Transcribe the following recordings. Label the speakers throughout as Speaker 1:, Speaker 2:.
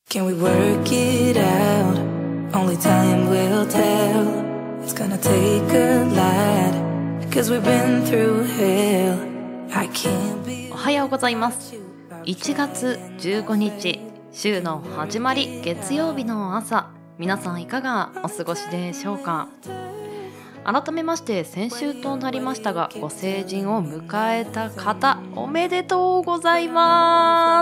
Speaker 1: Can we work it out? Only time will tell. It's gonna take a lot, cause we've been through hell. I can't be.
Speaker 2: おはようございます。1月15日、週の始まり、月曜日の朝、皆さんいかがお過ごしでしょうか。改めまして先週となりましたが、ご成人を迎えた方おめでとうございます。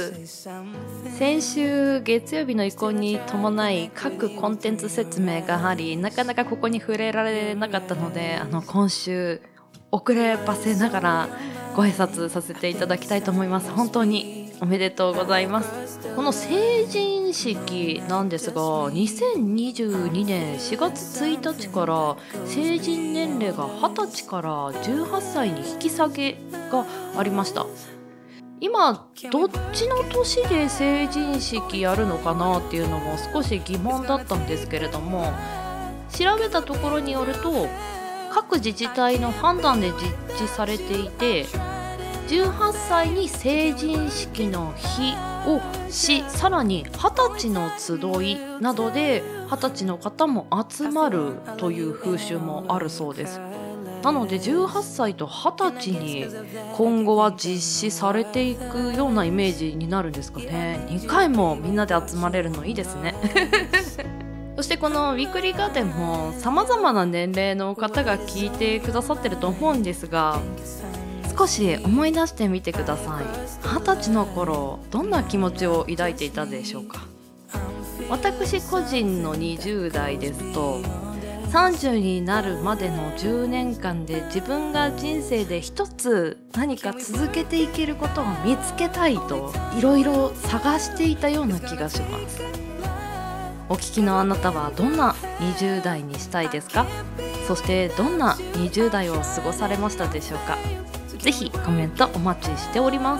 Speaker 2: 先週月曜日の移行に伴い各コンテンツ説明があり、なかなかここに触れられなかったので、今週遅ればせながらご挨拶させていただきたいと思います。本当におめでとうございます。この成人式なんですが、2022年4月1日から成人年齢が20歳から18歳に引き下げがありました。今どっちの年で成人式やるのかなっていうのも少し疑問だったんですけれども、調べたところによると各自治体の判断で実施されていて、18歳に成人式の日をし、さらに20歳の集いなどで20歳の方も集まるという風習もあるそうです。なので18歳と20歳に今後は実施されていくようなイメージになるんですかね。2回もみんなで集まれるのいいですねそしてこのウィークリーガーデンも様々な年齢の方が聞いてくださってると思うんですが、少し思い出してみてください。20歳の頃どんな気持ちを抱いていたでしょうか。私個人の20代ですと、30になるまでの10年間で自分が人生で一つ何か続けていけることを見つけたいといろいろ探していたような気がします。お聞きのあなたはどんな20代にしたいですか。そしてどんな20代を過ごされましたでしょうか。ぜひコメントお待ちしております。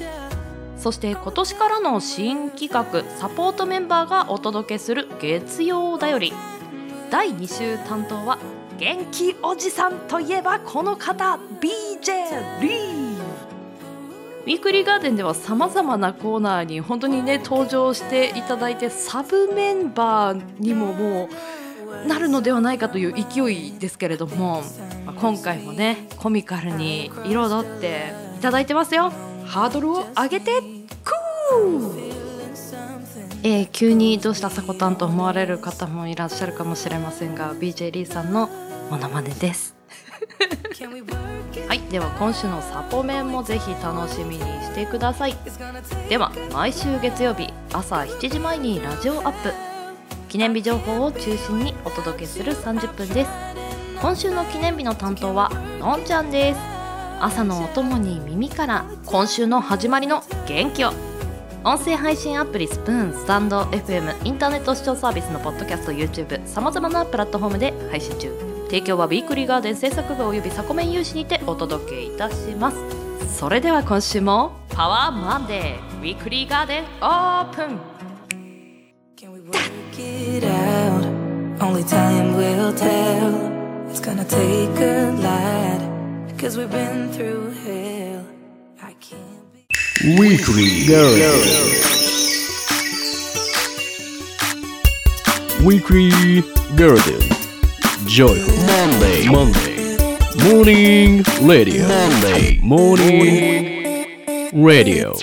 Speaker 2: そして今年からの新企画、サポートメンバーがお届けする月曜だより第2週担当は元気おじさんといえばこの方 BJ リー。ウィークリーガーデンでは様々なコーナーに本当にね登場していただいて、サブメンバーにももうなるのではないかという勢いですけれども、今回もねコミカルに彩っていただいてますよ。ハードルを上げて急にどうしたさこたんと思われる方もいらっしゃるかもしれませんが、 BJ リーさんのモノマネですはい、では今週のサポメンもぜひ楽しみにしてください。では毎週月曜日朝7時前にラジオアップ、記念日情報を中心にお届けする30分です。今週の記念日の担当はのんちゃんです。朝のお供に耳から今週の始まりの元気を。音声配信アプリスプーン、スタンド FM、インターネット視聴サービスのポッドキャスト、 YouTube、 さまざまなプラットフォームで配信中。提供はウィークリーガーデン制作部およびサコメン有志にてお届けいたします。それでは今週もパワーマンデーウィークリーガーデンオープン。
Speaker 1: Can we work it out? Only time will tell. It's gonna take a lot, cause we've been through hell. I can't be.
Speaker 3: Weekly Garden. Weekly Garden. Joyful Monday. Morning Radio. Morning Radio.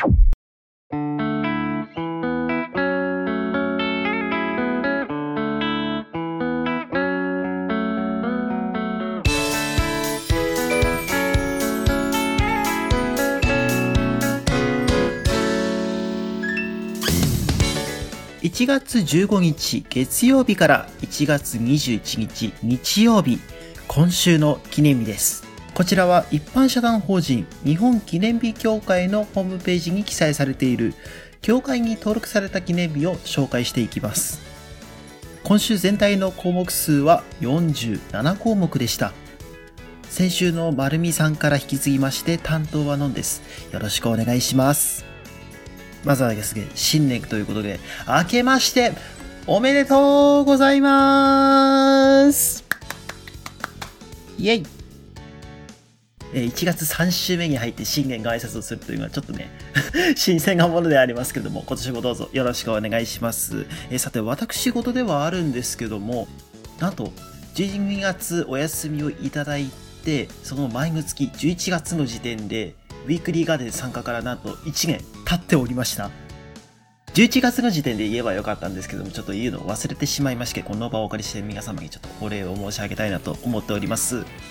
Speaker 4: 1月15日月曜日から1月21日日曜日、今週の記念日です。こちらは一般社団法人日本記念日協会のホームページに記載されている協会に登録された記念日を紹介していきます。今週全体の項目数は47項目でした。先週のまるみさんから引き継ぎまして担当はのんです。よろしくお願いします。まずはですね、新年ということで明けましておめでとうございます。イエイ。 1月3週目に入って新年の挨拶をするというのはちょっとね新鮮なものではありますけれども、今年もどうぞよろしくお願いします。さて、私事ではあるんですけども、なんと12月お休みをいただいて、その前の月11月の時点でウィークリーガーデン参加からなんと1年経っておりました。11月の時点で言えばよかったんですけども、ちょっと言うのを忘れてしまいまして、この場をお借りして皆様にちょっとお礼を申し上げたいなと思っております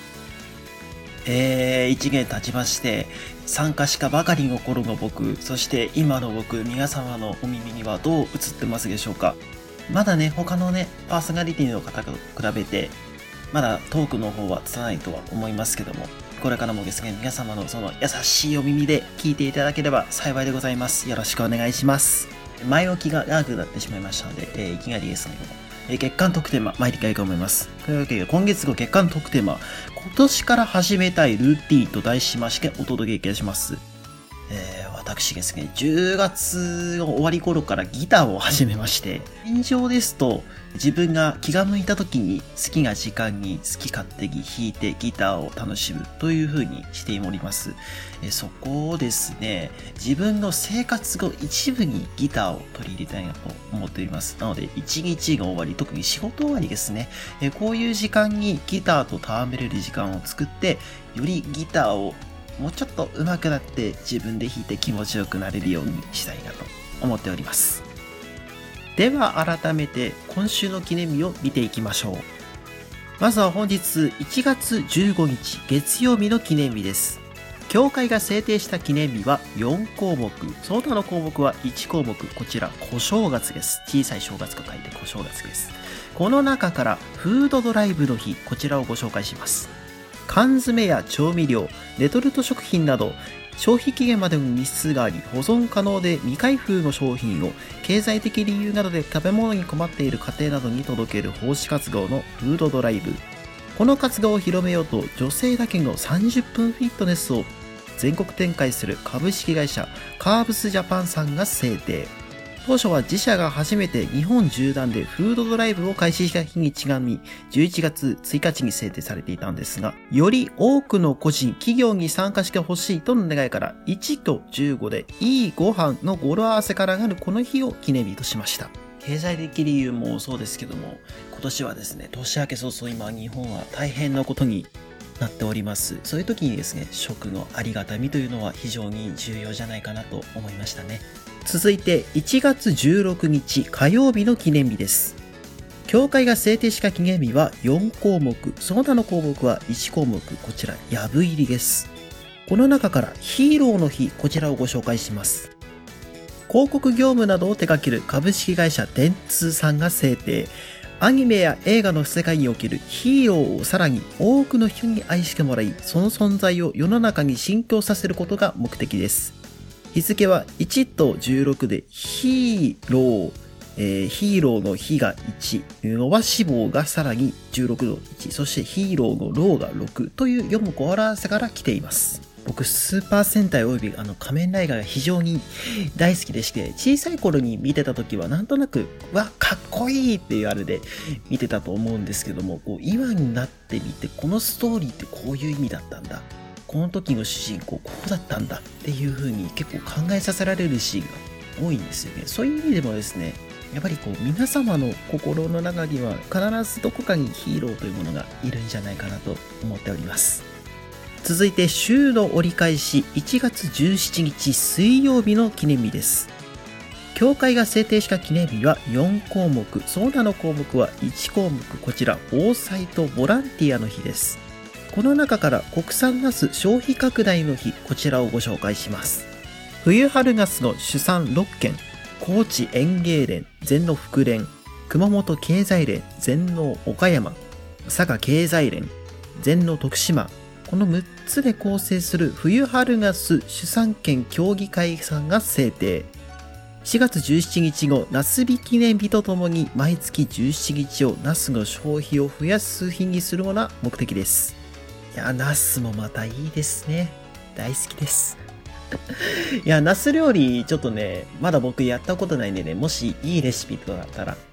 Speaker 4: 。1年経ちまして、参加したばかりの頃の僕、そして今の僕、皆様のお耳にはどう映ってますでしょうか。まだね、他のね、パーソナリティの方と比べて、まだトークの方は拙いとは思いますけども、これからもですね、皆様のその優しいお耳で聞いていただければ幸いでございます。よろしくお願いします。前置きが長くなってしまいましたので、いきなりですね、月間特テーマ参りたいと思います。というわけで、今月の月間特テーマ、今年から始めたいルーティーンと題しましてお届けいたします。私ですね、10月の終わり頃からギターを始めまして、現状ですと自分が気が向いた時に好きな時間に好き勝手に弾いてギターを楽しむという風にしております。そこをですね、自分の生活の一部にギターを取り入れたいなと思っております。なので、一日が終わり、特に仕事終わりですね、こういう時間にギターと戯れる時間を作って、よりギターをもうちょっと上手くなって自分で弾いて気持ちよくなれるようにしたいなと思っております。では改めて今週の記念日を見ていきましょう。まずは本日1月15日月曜日の記念日です。教会が制定した記念日は4項目。その他の項目は1項目。こちら小正月です。小さい正月と書いて小正月です。この中からフードドライブの日、こちらをご紹介します。缶詰や調味料、レトルト食品など消費期限までの日数があり保存可能で未開封の商品を経済的理由などで食べ物に困っている家庭などに届ける奉仕活動のフードドライブ。この活動を広めようと女性だけの30分フィットネスを全国展開する株式会社カーブスジャパンさんが制定。当初は自社が初めて日本縦断でフードドライブを開始した日にちなみ11月1日に制定されていたんですが、より多くの個人、企業に参加してほしいとの願いから1と15でいいご飯の語呂合わせからなるこの日を記念日としました。経済的理由もそうですけども、今年はですね、年明け早々今日本は大変なことになっております。そういう時にですね、食のありがたみというのは非常に重要じゃないかなと思いましたね。続いて1月16日火曜日の記念日です。教会が制定した記念日は4項目。その他の項目は1項目。こちらやぶ入りです。この中からヒーローの日、こちらをご紹介します。広告業務などを手掛ける株式会社電通さんが制定。アニメや映画の世界におけるヒーローをさらに多くの人に愛してもらい、その存在を世の中に浸透させることが目的です。日付は1と16でヒーロー、ヒーローの日が1、伸ばし棒がさらに16の1、そしてヒーローのローが6という読む語呂合わせから来ています。僕スーパー戦隊および仮面ライダーが非常に大好きでして、小さい頃に見てた時はなんとなくわかっこいいっていうあれで見てたと思うんですけども、今になってみてこのストーリーってこういう意味だったんだ、この時の主人公こうだったんだっていう風に結構考えさせられるシーンが多いんですよね。そういう意味でもですね、やっぱり皆様の心の中には必ずどこかにヒーローというものがいるんじゃないかなと思っております。続いて週の折り返し1月17日水曜日の記念日です。教会が制定した記念日は4項目。その他の項目は1項目。こちら防災とボランティアの日です。この中から国産ナス消費拡大の日、こちらをご紹介します。冬春ナスの主産6県、高知園芸連、全農福連、熊本経済連、全農岡山、佐賀経済連、全農徳島、この6つで構成する冬春ナス主産県協議会さんが制定。4月17日のナス日記念日とともに毎月17日をナスの消費を増やす日にするのが目的です。いや、ナスもまたいいですね。大好きです。いや、ナス料理ちょっとね、まだ僕やったことないんでね、もしいいレシピとかだったら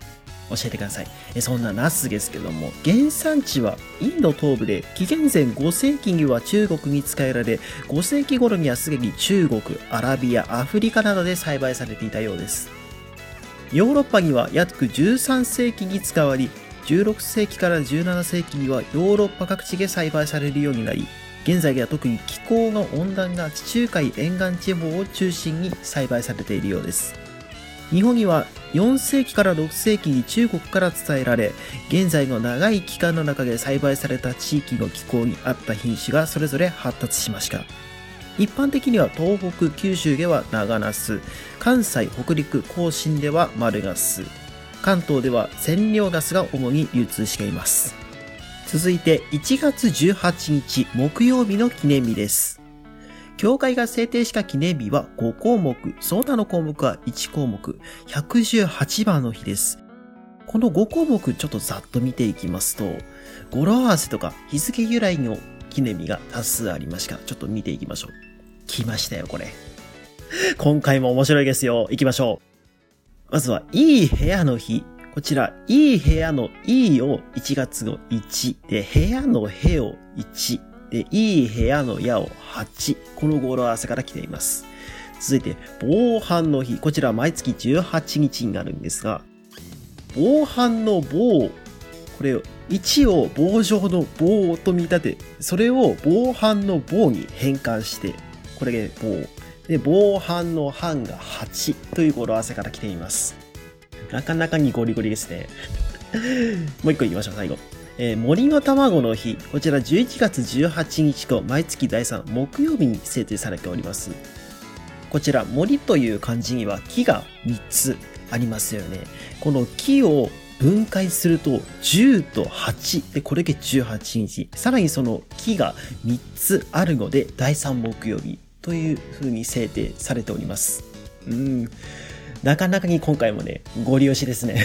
Speaker 4: 教えてください。そんなナスですけども、原産地はインド東部で、紀元前5世紀には中国に使えられ、5世紀頃にはすでに中国、アラビア、アフリカなどで栽培されていたようです。ヨーロッパには約13世紀に使われ、16世紀から17世紀にはヨーロッパ各地で栽培されるようになり、現在では特に気候の温暖な地中海沿岸地方を中心に栽培されているようです。日本には4世紀から6世紀に中国から伝えられ、現在の長い期間の中で栽培された地域の気候に合った品種がそれぞれ発達しました。一般的には東北、九州では長ナス、関西、北陸、甲信では丸ナス、関東では千両ナスが主に流通しています。続いて1月18日木曜日の記念日です。教会が制定した記念日は5項目、その他の項目は1項目、118番の日です。この5項目ちょっとざっと見ていきますと、語呂合わせとか日付由来の記念日が多数ありました。ちょっと見ていきましょう。来ましたよ、これ。今回も面白いですよ。行きましょう。まずは、いい部屋の日。こちら、いい部屋のいいを1月の1で、部屋のへを1で、いい部屋のやを8。この語呂合わせから来ています。続いて、防犯の日。こちら、毎月18日になるんですが、防犯の防、これを、1を棒状の棒と見立て、それを防犯の棒に変換して、これで棒。で、防犯の犯が8という語呂合わせから来ています。なかなかにゴリゴリですね。もう一個いきましょう、最後。森の卵の日。こちら11月18日と毎月第3木曜日に制定されております。こちら、森という漢字には木が3つありますよね。この木を分解すると10と8で、これで18日。さらにその木が3つあるので第3木曜日という風に制定されております。なかなかに今回もね、ご利用しですね。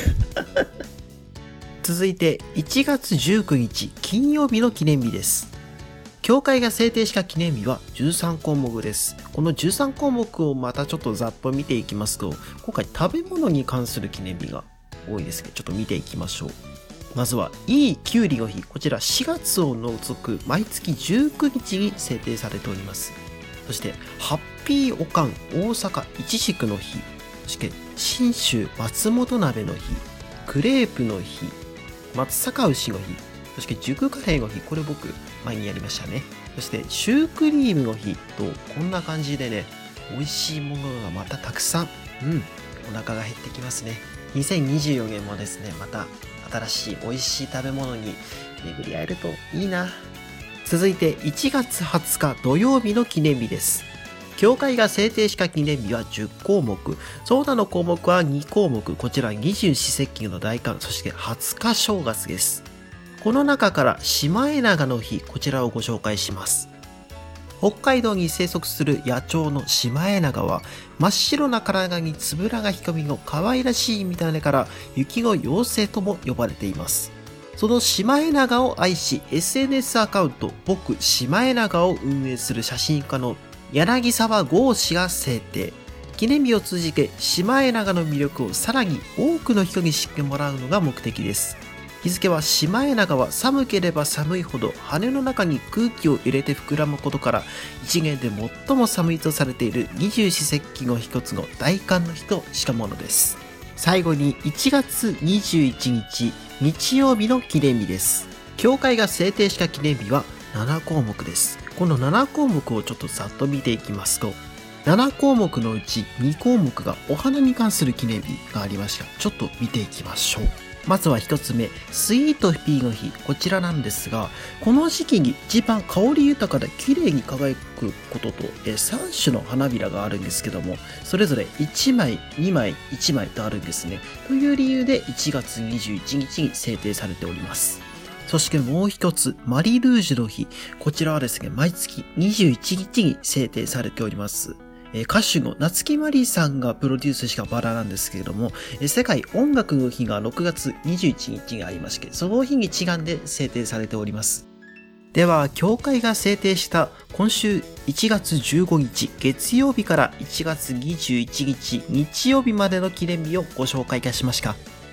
Speaker 4: 続いて1月19日金曜日の記念日です。教会が制定した記念日は13項目です。この13項目をまたちょっとざっと見ていきますと、今回食べ物に関する記念日が多いですけど、ちょっと見ていきましょう。まずはいいきゅうりの日。こちら4月を除く毎月19日に制定されております。そしてハッピーおかん大阪いちじくの日。そして信州松本鍋の日、クレープの日、松阪牛の日、そして熟カレーの日。これ僕前にやりましたね。そしてシュークリームの日と、こんな感じでね、美味しいものがまたたくさん、お腹が減ってきますね。2024年もですね、また新しい美味しい食べ物に巡り合えるといいな。続いて1月20日土曜日の記念日です。教会が制定した記念日は10項目、その他の項目は2項目。こちら二十四節気の大寒、そして20日正月です。この中からシマエナガの日、こちらをご紹介します。北海道に生息する野鳥のシマエナガは、真っ白な体につぶらが瞳の可愛らしい見た目から雪の妖精とも呼ばれています。そのシマエナガを愛し、 SNS アカウント僕シマエナガを運営する写真家の柳沢剛氏が制定。記念日を通じてシマエナガの魅力をさらに多くの人に知ってもらうのが目的です。日付はシマエナガは寒ければ寒いほど羽の中に空気を入れて膨らむことから、一年で最も寒いとされている二十四節気の一つの大寒の日としたものです。最後に1月21日日曜日の記念日です。教会が制定した記念日は7項目です。この7項目をちょっとざっと見ていきますと、7項目のうち2項目がお花に関する記念日がありました。ちょっと見ていきましょう。まずは1つ目、スイートピーの日。こちらなんですが、この時期に一番香り豊かで綺麗に輝くことと、3種の花びらがあるんですけども、それぞれ1枚、2枚、1枚とあるんですね。という理由で1月21日に制定されております。そしてもう一つ、マリルージュの日。こちらはですね、毎月21日に制定されております。歌手の夏木マリさんがプロデュースしたバラなんですけれども、世界音楽の日が6月21日がありまして、その日にちなんで制定されております。では、教会が制定した今週1月15日月曜日から1月21日日曜日までの記念日をご紹介いたしました。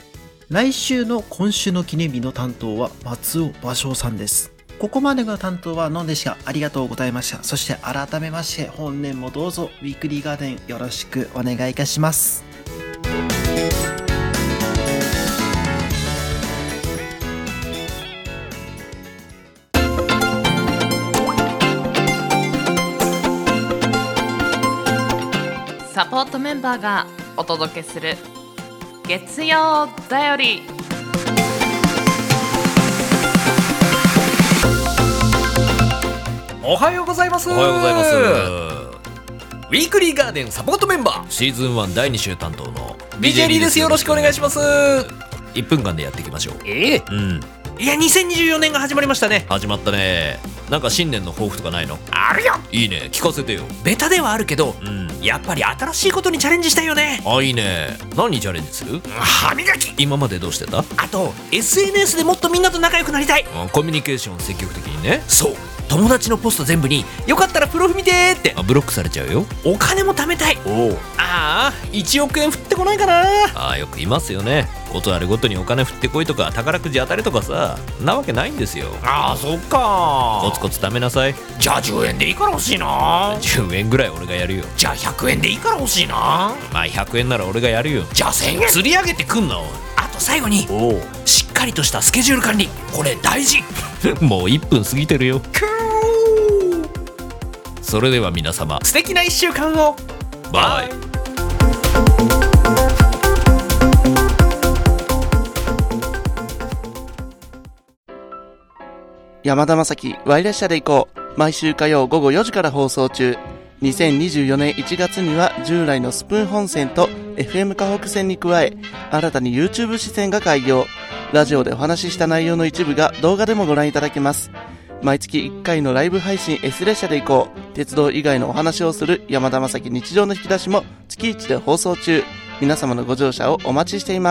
Speaker 4: 来週の今週の記念日の担当は松尾芭蕉さんです。ここまでの担当はのんでした。ありがとうございました。そして改めまして本年もどうぞウィークリーガーデンよろしくお願いいたします。
Speaker 2: サポートメンバーがお届けする月曜だより。
Speaker 5: おはようございます。
Speaker 6: おはようございます。
Speaker 5: ウィークリーガーデンサポートメンバー
Speaker 6: シーズン1第2週担当の
Speaker 5: BJ リーです。よろしくお願いします。
Speaker 6: 1分間でやっていきましょう。いや2024年が始まりましたね。始まったね。なんか新年の抱負とかないの？
Speaker 5: あるよ。
Speaker 6: いいね、聞かせてよ。
Speaker 5: ベタではあるけど、やっぱり新しいことにチャレンジしたいよね。
Speaker 6: あ、いいね。何にチャレンジする？
Speaker 5: 歯磨き。
Speaker 6: 今までどうしてた？
Speaker 5: あと SNS でもっとみんなと仲良くなりたい。
Speaker 6: コミュニケーション積極的にね。
Speaker 5: そう、友達のポスト全部によかったらプロフ見てーって。
Speaker 6: ブロックされちゃうよ。
Speaker 5: お金も貯めたい。1億円降ってこないかな。
Speaker 6: よくいますよね。ことあるごとにお金降ってこいとか宝くじ当たりとかさ、なわけないんですよ。
Speaker 5: そっか。
Speaker 6: コツコツ貯めなさい。
Speaker 5: じゃあ10円でいいから欲しいな。
Speaker 6: 10円ぐらい俺がやるよ。
Speaker 5: じゃあ100円でいいから欲しいな。
Speaker 6: 100円なら俺がやるよ。
Speaker 5: じゃあ1000円。
Speaker 6: 釣り上げてくんなおい。
Speaker 5: あと最後にしっかりとしたスケジュール管理、これ大事。
Speaker 6: もう1分過ぎてるよ。それでは皆様、
Speaker 5: 素敵な1週間を。
Speaker 6: バイ。
Speaker 7: 山田正樹ワイ列車で行こう。毎週火曜午後4時から放送中。2024年1月には従来のスプーン本線と FM 河北線に加え、新たに YouTube 支線が開業。ラジオでお話しした内容の一部が動画でもご覧いただけます。毎月1回のライブ配信 S 列車で行こう。鉄道以外のお話をする山田正樹日常の引き出しも月1で放送中。皆様のご乗車をお待ちしています。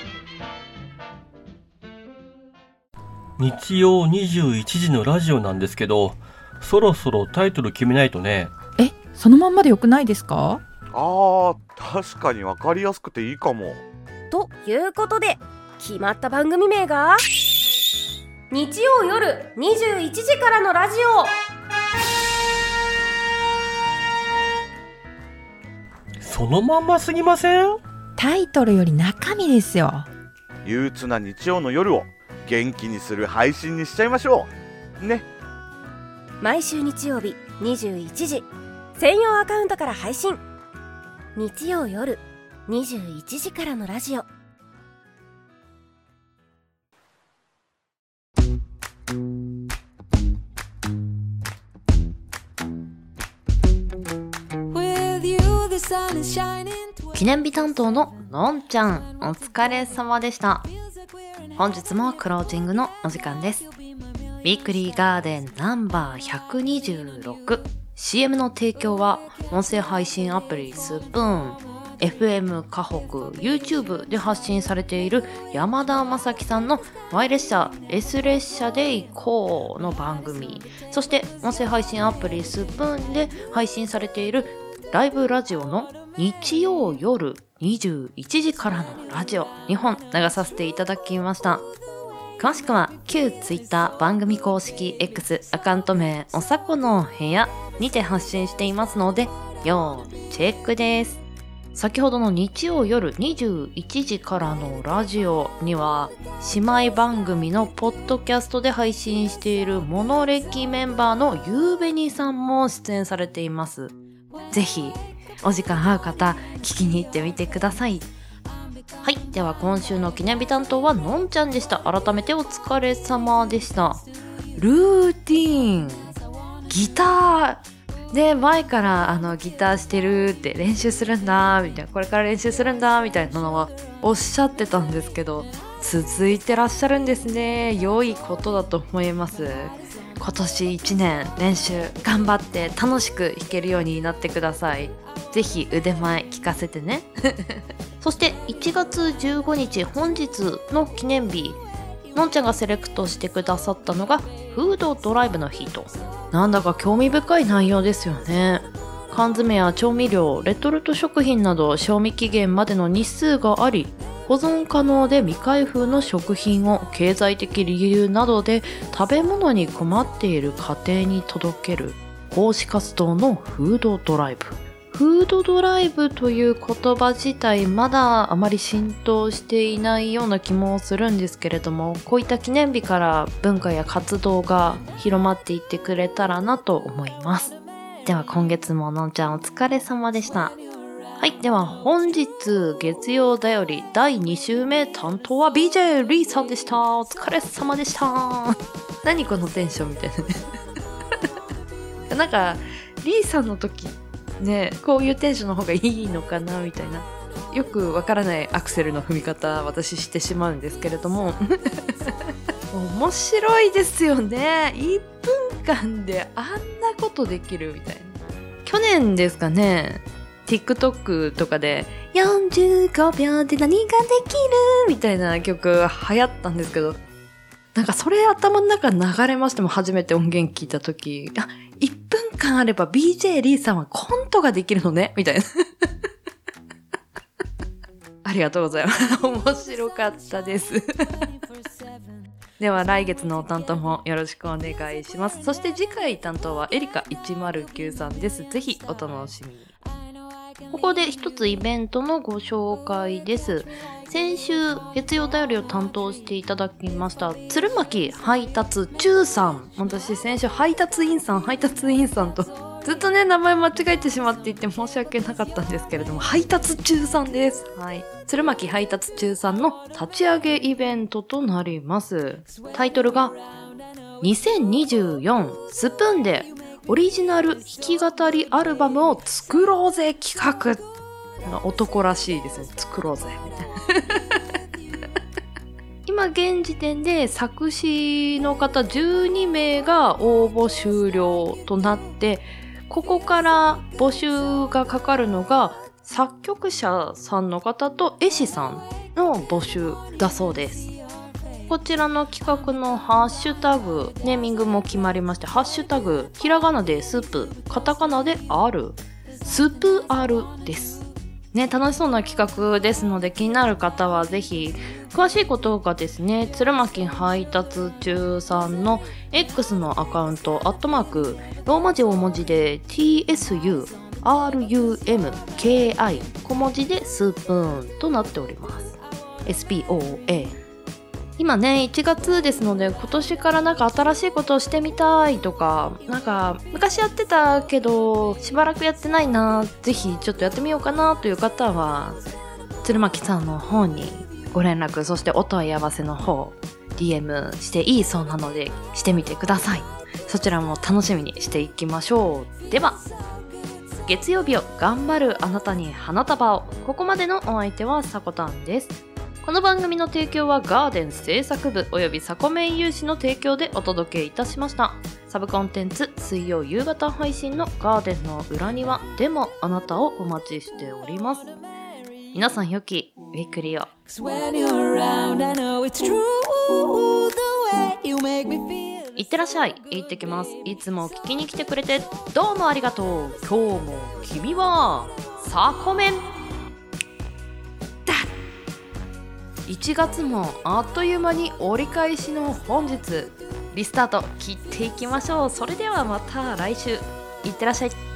Speaker 8: 日曜21時のラジオなんですけど、そろそろタイトル決めないとね。
Speaker 9: そのまんまでよくないですか？
Speaker 10: 確かに分かりやすくていいかも。
Speaker 11: ということで決まった番組名が日曜夜21時からのラジ
Speaker 8: オ。そのまんますぎません？
Speaker 9: タイトルより中身ですよ。
Speaker 10: 憂鬱な日曜の夜を元気にする配信にしちゃいましょうね。
Speaker 11: 毎週日曜日21時専用アカウントから配信。日曜夜21時からのラジオ。
Speaker 2: 記念日担当ののんちゃん、お疲れ様でした。本日もクロージングのお時間です。ウィークリーガーデンナンバー126。 CM の提供は音声配信アプリスプーン、 FM 河北、 YouTube で発信されている山田正樹さんの Y 列車 S 列車で行こうの番組、そして音声配信アプリスプーンで配信されているライブラジオの日曜夜21時からのラジオ2本流させていただきました。詳しくは旧 Twitter 番組公式 X アカウント名おさこの部屋にて発信していますので要チェックです。先ほどの日曜夜21時からのラジオには姉妹番組のポッドキャストで配信しているモノレキメンバーのゆうべにさんも出演されています。ぜひお時間合う方聞きに行ってみてください。はい、では今週の記念日担当はのんちゃんでした。改めてお疲れ様でした。ルーティーン、ギターで前からギターしてるって練習するんだみたいな、これから練習するんだみたいなのはおっしゃってたんですけど、続いてらっしゃるんですね。良いことだと思います。今年1年練習頑張って楽しく弾けるようになってください。ぜひ腕前聞かせてねそして1月15日本日の記念日、のんちゃんがセレクトしてくださったのがフードドライブの日と、なんだか興味深い内容ですよね。缶詰や調味料、レトルト食品など賞味期限までの日数があり、 保存可能で未開封の食品を経済的理由などで食べ物に困っている家庭に届ける奉仕活動のフードドライブ。フードドライブという言葉自体まだあまり浸透していないような気もするんですけれども、こういった記念日から文化や活動が広まっていってくれたらなと思います。では今月ものんちゃんお疲れ様でした。はい、では本日月曜だより第2週目担当は BJ リーさんでした。お疲れ様でした。何このテンションみたいなねなんかリーさんの時ね、こういうテンションの方がいいのかなみたいな、よくわからないアクセルの踏み方私してしまうんですけれども面白いですよね。1分間であんなことできるみたいな。去年ですかね、TikTok とかで45秒で何ができるみたいな曲流行ったんですけど、なんかそれ頭の中流れましても、初めて音源聞いた時、あ、1分間あれば BJ リーさんはコントができるのねみたいなありがとうございます面白かったですでは来月の担当もよろしくお願いします。そして次回担当はエリカ109さんです。ぜひお楽しみに。ここで一つイベントのご紹介です。先週月曜だよりを担当していただきました鶴巻配達中さん。私先週配達員さんとずっとね名前間違えてしまっていて申し訳なかったんですけれども、配達中さんです。はい、鶴巻配達中さんの立ち上げイベントとなります。タイトルが2024スプーンでオリジナル弾き語りアルバムを作ろうぜ企画。男らしいですね。作ろうぜみたいな今現時点で作詞の方12名が応募終了となって、ここから募集がかかるのが作曲者さんの方と絵師さんの募集だそうです。こちらの企画のハッシュタグ、ネーミングも決まりまして、ハッシュタグ、ひらがなでスープ、カタカナである、スープあるです。ね、楽しそうな企画ですので、気になる方はぜひ、詳しいことがですね、鶴巻配達中さんの X のアカウント、ローマ字大文字で TSURUMKI 小文字でスープーンとなっております。SPOA。今ね1月ですので、今年からなんか新しいことをしてみたいとか、なんか昔やってたけどしばらくやってないな、ぜひちょっとやってみようかなという方は鶴巻さんの方にご連絡、そしてお問い合わせの方 DM していいそうなのでしてみてください。そちらも楽しみにしていきましょう。では月曜日を頑張るあなたに花束を。ここまでのお相手はさこたんです。この番組の提供はガーデン制作部およびサコメン有志の提供でお届けいたしました。サブコンテンツ水曜夕方配信のガーデンの裏庭でもあなたをお待ちしております。皆さん良きウィークリーを。いってらっしゃい。行ってきます。いつも聞きに来てくれてどうもありがとう。今日も君はサコメンだ。1月もあっという間に折り返しの本日、リスタート切っていきましょう。それではまた来週。いってらっしゃい。